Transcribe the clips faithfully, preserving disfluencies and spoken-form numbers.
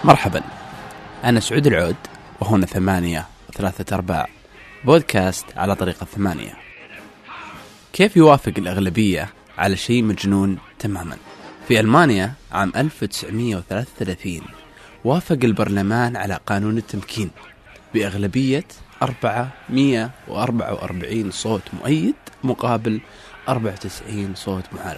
مرحبا، أنا سعود العود، وهنا ثمانية وثلاثة أرباع بودكاست على طريقة الثمانية. كيف يوافق الأغلبية على شيء مجنون تماما؟ في ألمانيا عام ألف وتسعمائة وثلاثة وثلاثين وافق البرلمان على قانون التمكين بأغلبية أربعمائة وأربعة وأربعين صوت مؤيد مقابل أربعة وتسعين صوت معارض.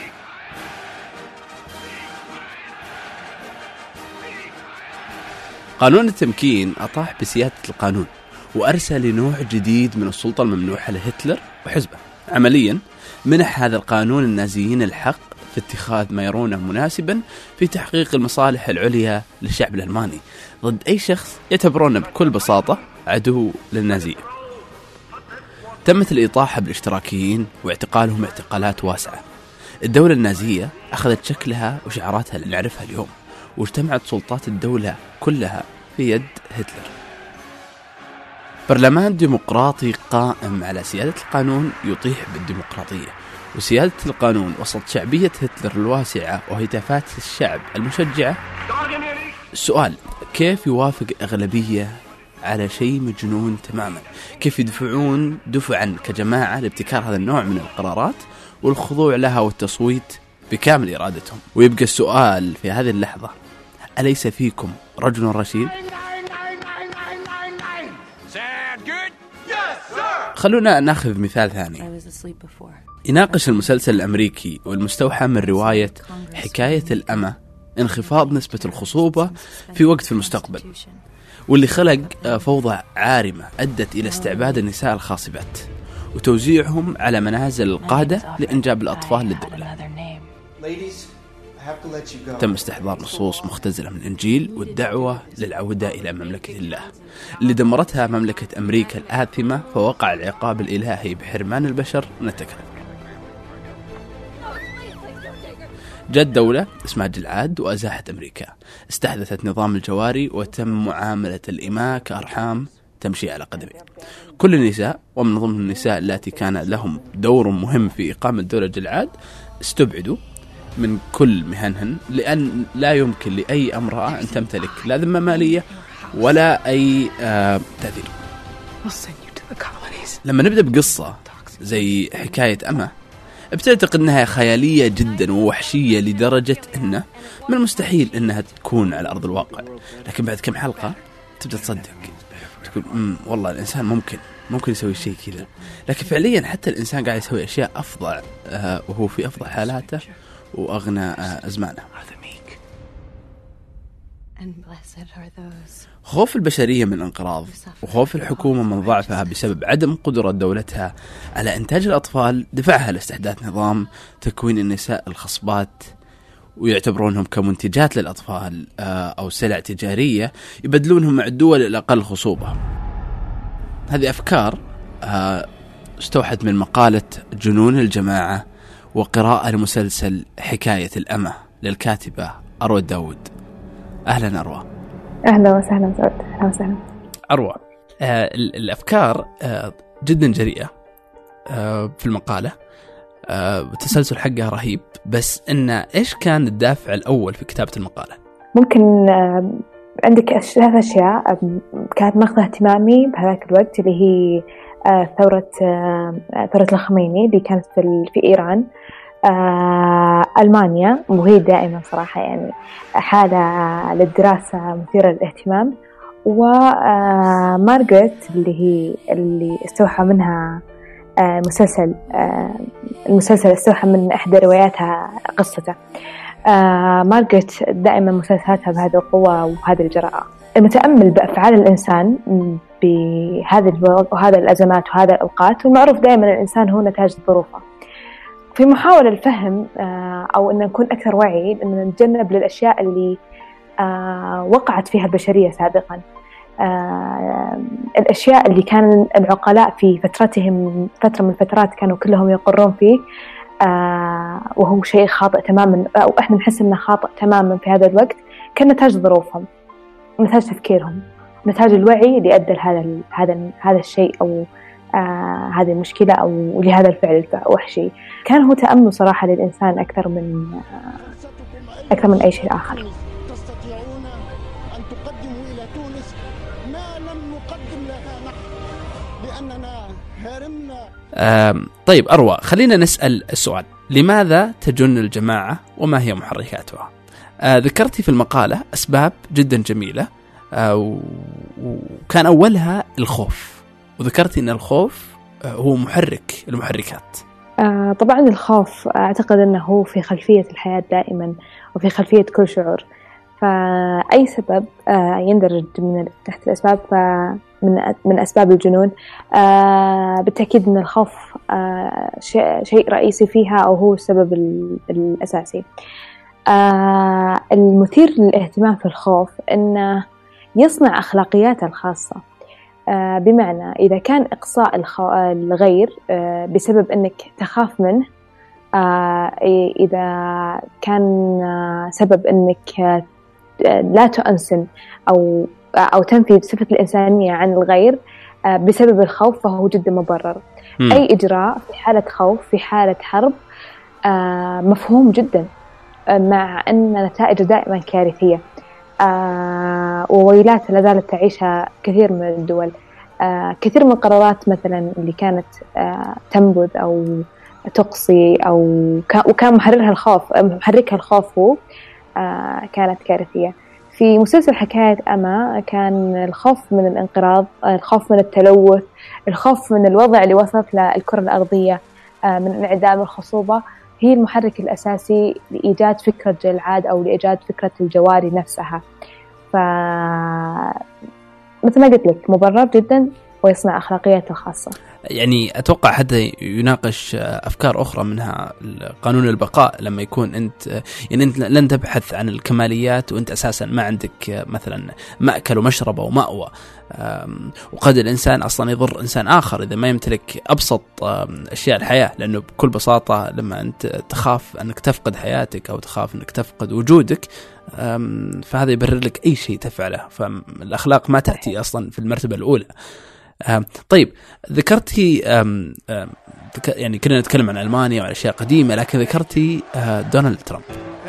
قانون التمكين أطاح بسيادة القانون وأرسل لنوع جديد من السلطة الممنوحة لهتلر وحزبه. عمليا منح هذا القانون النازيين الحق في اتخاذ ما يرونه مناسبا في تحقيق المصالح العليا للشعب الألماني ضد أي شخص يعتبرونه بكل بساطة عدو للنازية. تمت الإطاحة بالاشتراكيين واعتقالهم اعتقالات واسعة. الدولة النازية أخذت شكلها وشعاراتها اللي نعرفها اليوم، واجتمعت سلطات الدولة كلها في يد هتلر. برلمان ديمقراطي قائم على سيادة القانون يطيح بالديمقراطية، وسيادة القانون وسط شعبية هتلر الواسعة وهتافات الشعب المشجعة. السؤال: كيف يوافق أغلبية على شيء مجنون تماما؟ كيف يدفعون دفعا كجماعة لابتكار هذا النوع من القرارات والخضوع لها والتصويت بكامل إرادتهم؟ ويبقى السؤال في هذه اللحظة: أليس فيكم رجل رشيد؟ خلونا ناخذ مثال ثاني يناقش المسلسل الأمريكي والمستوحى من رواية حكاية الأمة انخفاض نسبة الخصوبة في وقت في المستقبل، واللي خلق فوضى عارمة أدت إلى استعباد النساء الخاصبات وتوزيعهم على منازل القادة لإنجاب الأطفال للدولة. تم استحضار نصوص مختزلة من الإنجيل والدعوة للعودة إلى مملكة الله اللي دمرتها مملكة أمريكا الآثمة، فوقع العقاب الإلهي بحرمان البشر من التكلف. جت دولة اسمها جلعاد وأزاحت أمريكا، استحدثت نظام الجواري وتم معاملة الإماء كأرحام تمشي على قدمين. كل النساء ومن ضمن النساء التي كان لهم دور مهم في إقامة دولة جلعاد استبعدوا من كل مهنهن، لأن لا يمكن لأي امرأة أن تمتلك لا ذمة مالية ولا أي آه تأثير. لما نبدأ بقصة زي حكاية أمة بتعتقد أنها خيالية جدا ووحشية لدرجة أنه من المستحيل أنها تكون على أرض الواقع، لكن بعد كم حلقة تبدأ تصدق، تقول أمم والله الإنسان ممكن ممكن يسوي شيء كذا. لكن فعليا حتى الإنسان قاعد يسوي أشياء أفضل آه وهو في أفضل حالاته وأغنى آه أزمانه. خوف البشرية من الانقراض وخوف الحكومة من ضعفها بسبب عدم قدرة دولتها على إنتاج الأطفال دفعها لاستحداث نظام تكوين النساء الخصبات ويعتبرونهم كمنتجات للأطفال أو سلع تجارية يبدلونهم مع الدول الأقل خصوبة. هذه أفكار استوحت من مقالة جنون الجماعة وقراءة لمسلسل حكاية الأمة للكاتبة أروى داود. أهلا أروى. أهلا وسهلا سعود. أهلا وسهلا أروى. آه الأفكار آه جدا جريئة آه في المقالة، آه التسلسل حقها رهيب، بس إن إيش كان الدافع الأول في كتابة المقالة؟ ممكن آه عندك ثلاث أشياء آه كانت ماخذة اهتمامي بهذاك الوقت، اللي هي آه ثورة آه ثورة الخميني اللي كانت في, في إيران، آه، ألمانيا، وهي دائما صراحة يعني حالة للدراسة مثيرة للاهتمام، ومارغريت اللي هي اللي استوحى منها آه، مسلسل آه، المسلسل استوحى من إحدى رواياتها قصته. آه، مارغريت دائما مسلسلاتها بهذه القوة وهذه الجراءة. المتأمل بأفعال الإنسان بهذه وهذا الأزمات وهذا الأوقات، والمعروف دائما الإنسان هو نتاج ظروفه. في محاولة الفهم أو أن نكون أكثر وعي، أن نتجنب للأشياء اللي وقعت فيها البشرية سابقا، الأشياء اللي كان العقلاء في فترتهم فترة من الفترات كانوا كلهم يقرون فيه، وهو شيء خاطئ تماما، أو إحنا نحس أنه خاطئ تماما في هذا الوقت، كان نتاج ظروفهم، نتاج تفكيرهم، نتاج الوعي اللي أدى لهذا هذا هذا الشيء أو آه هذه المشكلة أو لهذا الفعل الوحشي. كان هو تأمل صراحة للإنسان أكثر من آه أكثر من أي شيء آخر. لم نقدم لها نحن لأننا هرمنا. طيب أروى، خلينا نسأل السؤال: لماذا تجن الجماعة وما هي محركاتها؟ آه ذكرتي في المقالة أسباب جدا جميلة، آه وكان أولها الخوف، وذكرتي أن الخوف آه هو محرك المحركات. آه طبعا الخوف أعتقد أنه هو في خلفية الحياة دائما وفي خلفية كل شعور، فأي سبب آه يندرج من تحت الأسباب من من أسباب الجنون آه بالتأكيد أن الخوف آه شيء شيء رئيسي فيها أو هو السبب الأساسي. آه المثير للاهتمام في الخوف أنه يصنع أخلاقياته الخاصة، آه بمعنى إذا كان إقصاء الغير آه بسبب أنك تخاف منه، آه إذا كان آه سبب أنك آه لا تؤنسن أو أو تنفي صفة الإنسانية عن الغير آه بسبب الخوف، فهو جدا مبرر. م. أي إجراء في حالة خوف في حالة حرب آه مفهوم جدا، مع أن نتائج دائما كارثية آه وويلات لا زالت تعيشها كثير من الدول. آه كثير من القرارات مثلا اللي كانت آه تنبذ أو تقصي أو وكان محررها الخوف محركها الخوف هو آه كانت كارثية. في مسلسل حكاية أما كان الخوف من الانقراض، الخوف من التلوث، الخوف من الوضع اللي وصلت للكرة الأرضية آه من انعدام الخصوبة، هي المحرك الأساسي لإيجاد فكرة جلعاد أو لإيجاد فكرة الجواري نفسها. ف مثل ما قلت لك مبرر جدا ويصنع أخلاقياته الخاصة. يعني أتوقع حتى يناقش أفكار أخرى منها قانون البقاء، لما يكون أنت يعني أنت لن تبحث عن الكماليات وأنت أساسا ما عندك مثلا مأكل ومشرب ومأوى، وقد الإنسان أصلا يضر إنسان آخر إذا ما يمتلك أبسط أشياء الحياة، لأنه بكل بساطة لما أنت تخاف أنك تفقد حياتك أو تخاف أنك تفقد وجودك فهذا يبرر لك أي شيء تفعله. فالأخلاق ما تأتي أصلا في المرتبة الأولى. طيب ذكرتي يعني كنا نتكلم عن ألمانيا وعن أشياء قديمة، لكن ذكرتي دونالد ترامب.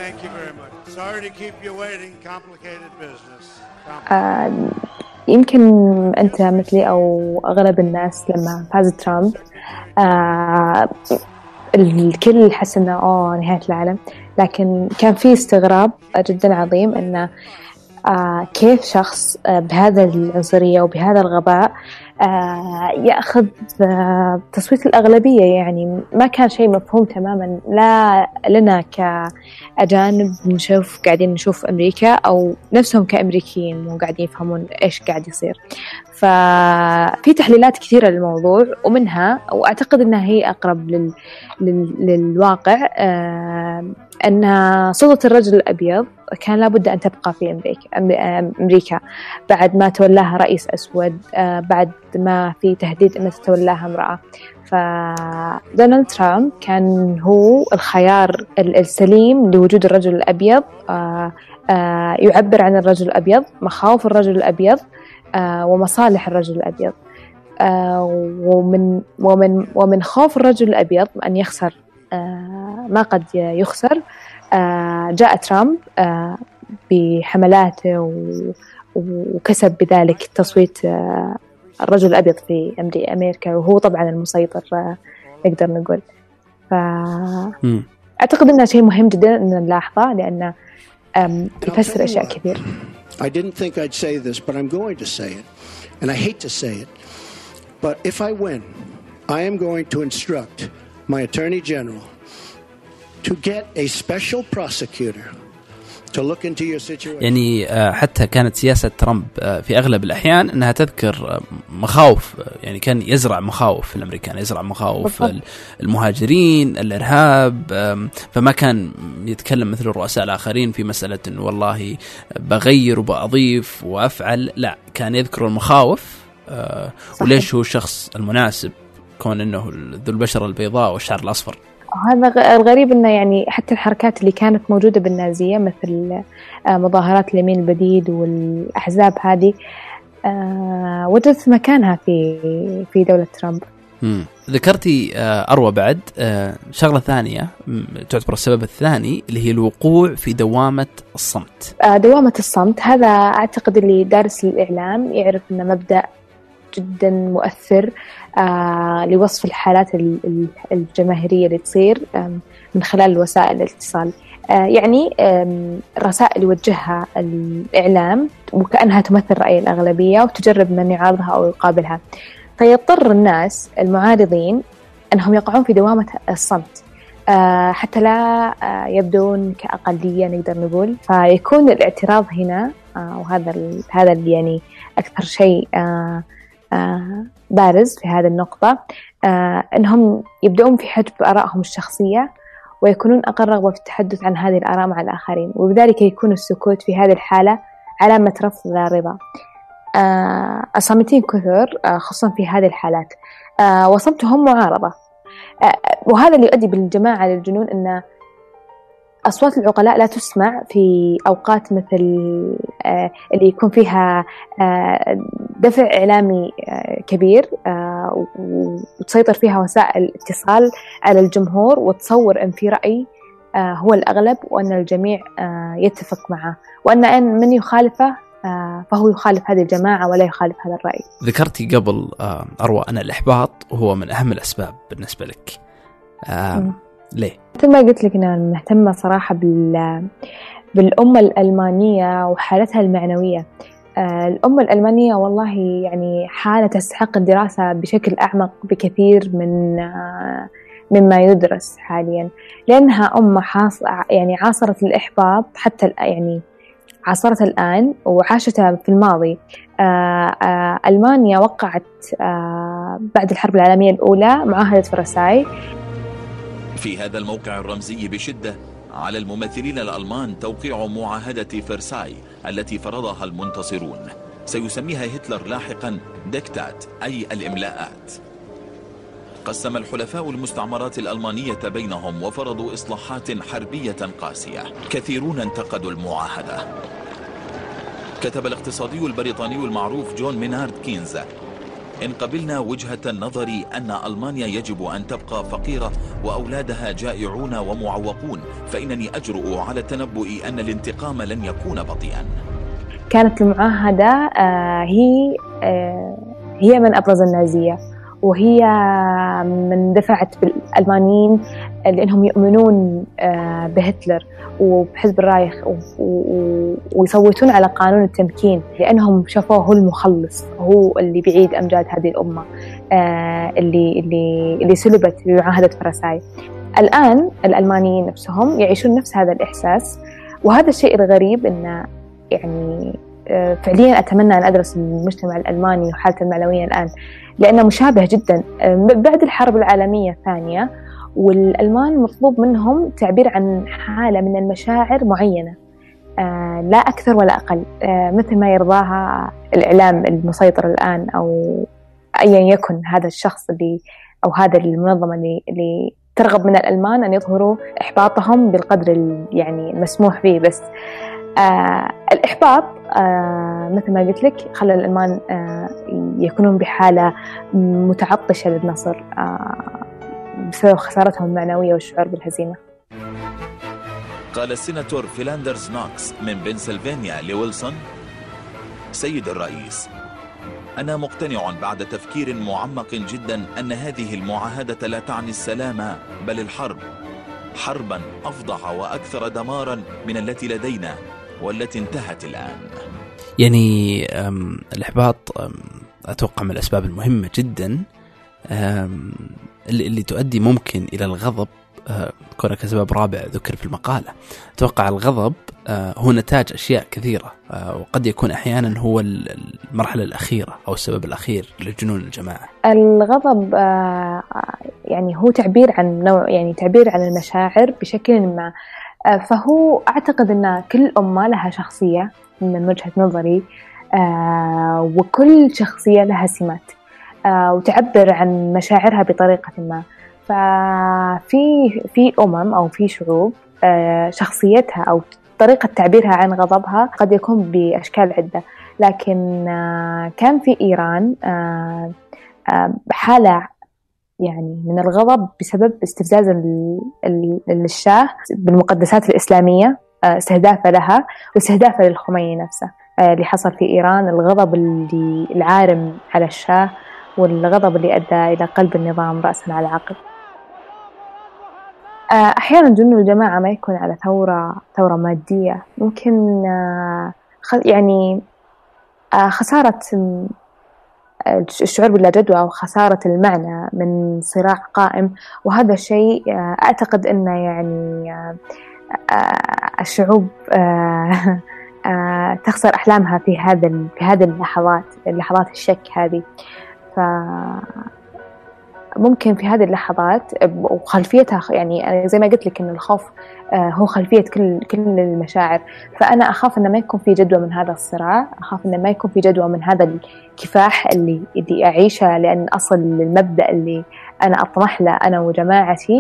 آه يمكن أنت مثلي أو أغلب الناس لما فاز ترامب آه الكل حس إنه أوه نهاية العالم، لكن كان في استغراب جدا عظيم إنه آه كيف شخص آه بهذا العنصرية وبهذا الغباء آه يأخذ آه تصويت الأغلبية. يعني ما كان شيء مفهوم تماما، لا لنا كأجانب نشوف قاعدين نشوف أمريكا أو نفسهم كأمريكيين مو قاعدين يفهمون إيش قاعد يصير. ففي تحليلات كثيرة للموضوع، ومنها وأعتقد أنها هي أقرب لل... لل... للواقع آه أن سلطة الرجل الأبيض كان لابد أن تبقى في أمريكا أمريكا بعد ما تولاها رئيس أسود، آه بعد ما في تهديد أن تتولاها امرأة. فدونالد ترامب كان هو الخيار السليم لوجود الرجل الأبيض، آه آه يعبر عن الرجل الأبيض، مخاوف الرجل الأبيض آه ومصالح الرجل الأبيض، آه ومن ومن ومن خوف الرجل الأبيض أن يخسر آه ما قد يخسر آه جاء ترامب آه بحملاته وكسب بذلك تصويت آه الرجل الأبيض في أمريكا، وهو طبعا المسيطر آه نقدر نقول. فأعتقد أنه شيء مهم جدا أن نلاحظه، لأنه يفسر أشياء كثير. I didn't think I'd say this, but I'm going to say it, and I hate to say it, but if I win, I am going to instruct my Attorney General to get a special prosecutor to look into your situation. يعني حتى كانت سياسة ترامب في أغلب الأحيان أنها تذكر مخاوف، يعني كان يزرع مخاوف في الأمريكان، يزرع مخاوف بالضبط. المهاجرين، الإرهاب، فما كان يتكلم مثل الرؤساء الآخرين في مسألة إنه والله بغير وبأضيف وأفعل، لا كان يذكر المخاوف وليش هو الشخص المناسب، كون إنه ذو البشرة البيضاء والشعر الأصفر. هذا الغريب إنه يعني حتى الحركات اللي كانت موجودة بالنازية مثل مظاهرات اليمين البديد والأحزاب هذه وجدت مكانها في في دولة ترامب. مم. ذكرتي أروى بعد شغلة ثانية تعتبر السبب الثاني اللي هي الوقوع في دوامة الصمت. دوامة الصمت هذا أعتقد اللي دارس الإعلام يعرف أنه مبدأ جدا مؤثر لوصف الحالات الجماهيرية اللي تصير من خلال وسائل الاتصال. يعني الرسائل يوجهها الإعلام وكأنها تمثل رأي الأغلبية وتجرب من يعارضها أو يقابلها، فيضطر الناس المعارضين أنهم يقعون في دوامة الصمت حتى لا يبدون كأقلية نقدر نقول. فيكون الاعتراض هنا وهذا هذا يعني أكثر شيء بارز في هذه النقطة، أنهم يبدأون في حجب آرائهم الشخصية ويكونون أقل رغبة في التحدث عن هذه الآراء مع الآخرين، وبذلك يكون السكوت في هذه الحالة علامة رفض لا رضا. الصامتين كثر خصوصا في هذه الحالات وصمتهم معارضة، وهذا اللي يؤدي بالجماعة للجنون أن أصوات العقلاء لا تسمع في أوقات مثل اللي يكون فيها دفع إعلامي كبير وتسيطر فيها وسائل الاتصال على الجمهور وتصور أن في رأي هو الأغلب وأن الجميع يتفق معه، وأن من يخالفه فهو يخالف هذه الجماعة ولا يخالف هذا الرأي. ذكرتي قبل أروى أن الإحباط هو من أهم الأسباب بالنسبة لك، ليه؟ مثل ما قلت لك أنا مهتمة صراحة بال بالأمة الألمانية وحالتها المعنوية. الأمة الألمانية والله يعني حالة تستحق الدراسة بشكل أعمق بكثير من مما يدرس حاليا، لأنها أمة حاص يعني عاصرت الإحباط حتى يعني عاصرت الآن وعاشتها في الماضي. آآ آآ ألمانيا وقعت بعد الحرب العالمية الأولى معاهدة فرساي. في هذا الموقع الرمزي بشدة على الممثلين الألمان توقيع معاهدة فرساي التي فرضها المنتصرون، سيسميها هتلر لاحقا ديكتات أي الإملاءات. قسم الحلفاء المستعمرات الألمانية بينهم وفرضوا إصلاحات حربية قاسية. كثيرون انتقدوا المعاهدة. كتب الاقتصادي البريطاني المعروف جون مينارد كينز: إن قبلنا وجهة النظر أن ألمانيا يجب أن تبقى فقيرة وأولادها جائعون ومعوقون، فإنني أجرؤ على التنبؤ أن الانتقام لن يكون بطيئا. كانت المعاهدة هي هي من أبرز النازية، وهي من دفعت بالألمانيين لأنهم يؤمنون بهتلر وبحزب الرايخ ويصوتون على قانون التمكين، لأنهم شافوه هو المخلص، هو اللي بيعيد أمجاد هذه الأمة اللي اللي اللي سلبت بمعاهدة فرساي. الآن الألمانيين نفسهم يعيشون نفس هذا الإحساس، وهذا الشيء الغريب إنه يعني فعليا أتمنى أن أدرس المجتمع الألماني وحالته المعنوية الآن، لأنه مشابه جدا بعد الحرب العالمية الثانية، والألمان مطلوب منهم تعبير عن حالة من المشاعر معينة لا أكثر ولا أقل، مثل ما يرضاها الإعلام المسيطر الآن أو أيا يكن هذا الشخص اللي أو هذا المنظمة اللي, اللي ترغب من الألمان أن يظهروا إحباطهم بالقدر يعني المسموح به. بس آه الإحباط آه مثل ما قلت لك خلى الألمان آه يكونون بحالة متعطشة للنصر آه بسبب خسارتهم المعنوية والشعور بالهزيمة. قال السيناتور فيلاندرز نوكس من بنسلفانيا لويلسون: سيد الرئيس، أنا مقتنع بعد تفكير معمق جدا أن هذه المعاهدة لا تعني السلام بل الحرب، حربا أفضح وأكثر دمارا من التي لدينا والتي انتهت الآن. يعني الإحباط أتوقع من الأسباب المهمة جدا اللي تؤدي ممكن إلى الغضب، كونه كسبب رابع ذكر في المقالة. أتوقع الغضب هو نتاج أشياء كثيرة، وقد يكون أحيانا هو المرحلة الأخيرة أو السبب الأخير لجنون الجماعة. الغضب يعني هو تعبير عن نوع يعني تعبير عن المشاعر بشكل ما، فهو أعتقد أن كل أمة لها شخصية من وجهة نظري، وكل شخصية لها سمات وتعبر عن مشاعرها بطريقة ما. ففي في أمم أو في شعوب شخصيتها أو طريقة تعبيرها عن غضبها قد يكون بأشكال عدة، لكن كان في إيران حالة يعني من الغضب بسبب استفزاز الشاه بالمقدسات الإسلامية، استهدافه لها واستهدافه للخميني نفسه اللي حصل في إيران، الغضب اللي العارم على الشاه والغضب اللي أدى إلى قلب النظام رأسا على عقب. أحيانا جنون الجماعة ما يكون على ثورة ثورة مادية، ممكن يعني خسارة الشعور باللا جدوى أو خسارة المعنى من صراع قائم، وهذا الشيء أعتقد أنه يعني الشعوب تخسر أحلامها في هذا في هذه اللحظات اللحظات الشك هذه. فممكن في هذه اللحظات وخلفيتها يعني زي ما قلت لك إن الخوف هو خلفية كل كل المشاعر، فأنا أخاف إنه ما يكون في جدوى من هذا الصراع، أخاف إنه ما يكون في جدوى من هذا الكفاح اللي اللي أعيشه، لأن أصل المبدأ اللي أنا أطمح له أنا وجماعتي،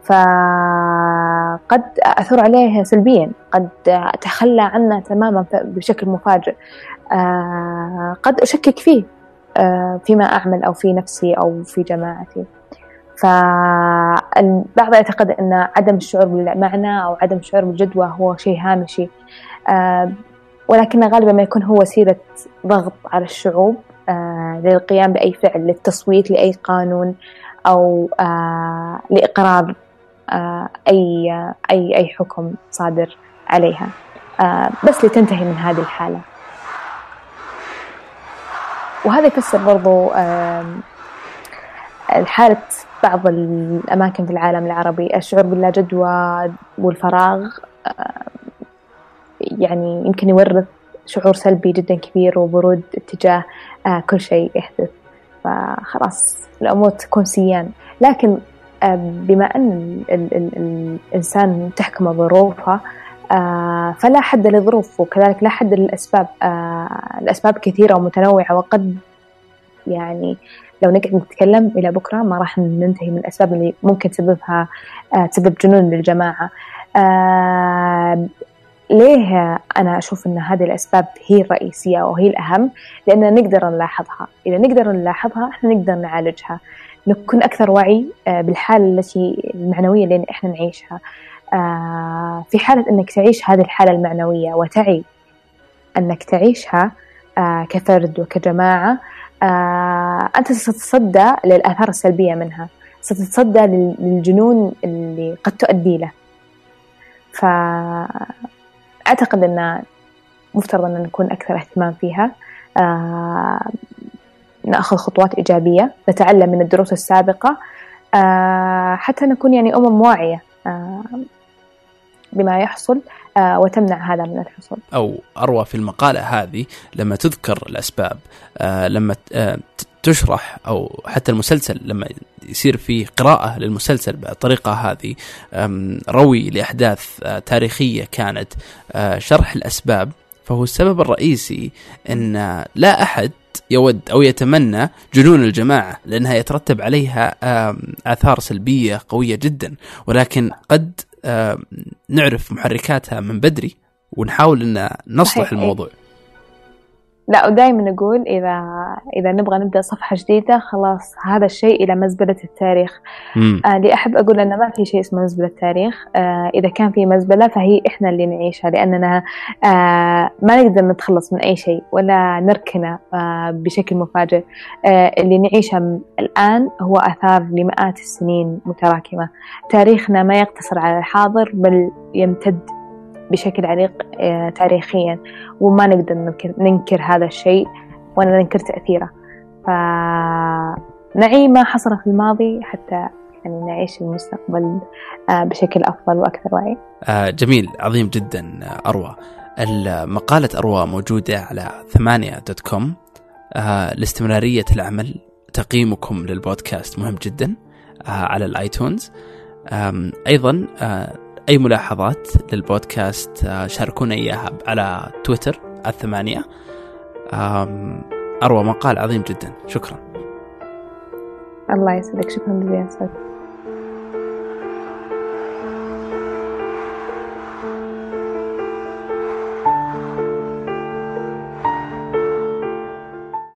فقد أثر عليه سلبيا، قد أتخلى عنه تماما بشكل مفاجئ، قد أشكك فيه فيما أعمل أو في نفسي أو في جماعتي. فالبعض يعتقد أن عدم الشعور بالمعنى أو عدم الشعور بالجدوى هو شيء هامشي، ولكن غالبا ما يكون هو وسيلة ضغط على الشعوب للقيام بأي فعل، للتصويت لأي قانون أو لإقرار أي أي أي حكم صادر عليها، بس لتنتهي من هذه الحالة. وهذا يفسر برضو الحالة بعض الأماكن في العالم العربي، الشعور باللا جدوى والفراغ يعني يمكن يورث شعور سلبي جدا كبير وبرود اتجاه كل شيء يحدث، فخلاص الأمور تكون سيان. لكن بما أن الإنسان تحكم ظروفه فلا حد للظروف، وكذلك لا حد للأسباب. الأسباب كثيرة ومتنوعة، وقد يعني لو نقعد نتكلم إلى بكرة ما راح ننتهي من الأسباب اللي ممكن تسببها تسبب جنون للجماعة. ليه أنا أشوف أن هذه الأسباب هي الرئيسية وهي الأهم؟ لأننا نقدر نلاحظها، إذا نقدر نلاحظها إحنا نقدر نعالجها، نكون أكثر وعي بالحالة التي المعنوية اللي إحنا نعيشها. في حالة أنك تعيش هذه الحالة المعنوية وتعي أنك تعيشها كفرد وكجماعة، أنت ستتصدى للآثار السلبية منها، ستتصدى للجنون اللي قد تؤدي له. فأعتقد أن مفترض أن نكون أكثر اهتمام فيها، نأخذ خطوات إيجابية، نتعلم من الدروس السابقة حتى نكون يعني أمم واعية بما يحصل وتمنع هذا من الحصول. أو أروى في المقالة هذه لما تذكر الأسباب، لما تشرح، أو حتى المسلسل لما يصير فيه قراءة للمسلسل بالطريقة هذه، روي لأحداث تاريخية كانت، شرح الأسباب، فهو السبب الرئيسي أن لا أحد يود أو يتمنى جنون الجماعة، لأنها يترتب عليها آثار سلبية قوية جدا، ولكن قد نعرف محركاتها من بدري ونحاول أن نصلح الموضوع. لا، ودائما نقول إذا إذا نبغى نبدأ صفحة جديدة خلاص هذا الشيء إلى مزبلة التاريخ. آه اللي أحب أقول أن ما في شيء اسمه مزبلة التاريخ. آه إذا كان في مزبلة فهي إحنا اللي نعيشها، لأننا آه ما نقدر نتخلص من أي شيء ولا نركنه آه بشكل مفاجئ. آه اللي نعيشه الآن هو آثار لمئات السنين متراكمة. تاريخنا ما يقتصر على الحاضر بل يمتد بشكل عريق تاريخيا، وما نقدر ننكر, ننكر هذا الشيء ولا ننكر تأثيره. فنعي ما حصل في الماضي حتى يعني نعيش المستقبل بشكل أفضل وأكثر وعي. جميل، عظيم جدا أروى. المقالة أروى موجودة على ثمانية دوت كوم. لاستمرارية العمل تقييمكم للبودكاست مهم جدا على الآيتونز. أيضا أي ملاحظات للبودكاست شاركونا إياها على تويتر الثمانية. أروى، مقال عظيم جدا، شكرا. الله يسعدك، شكرا جزيلا.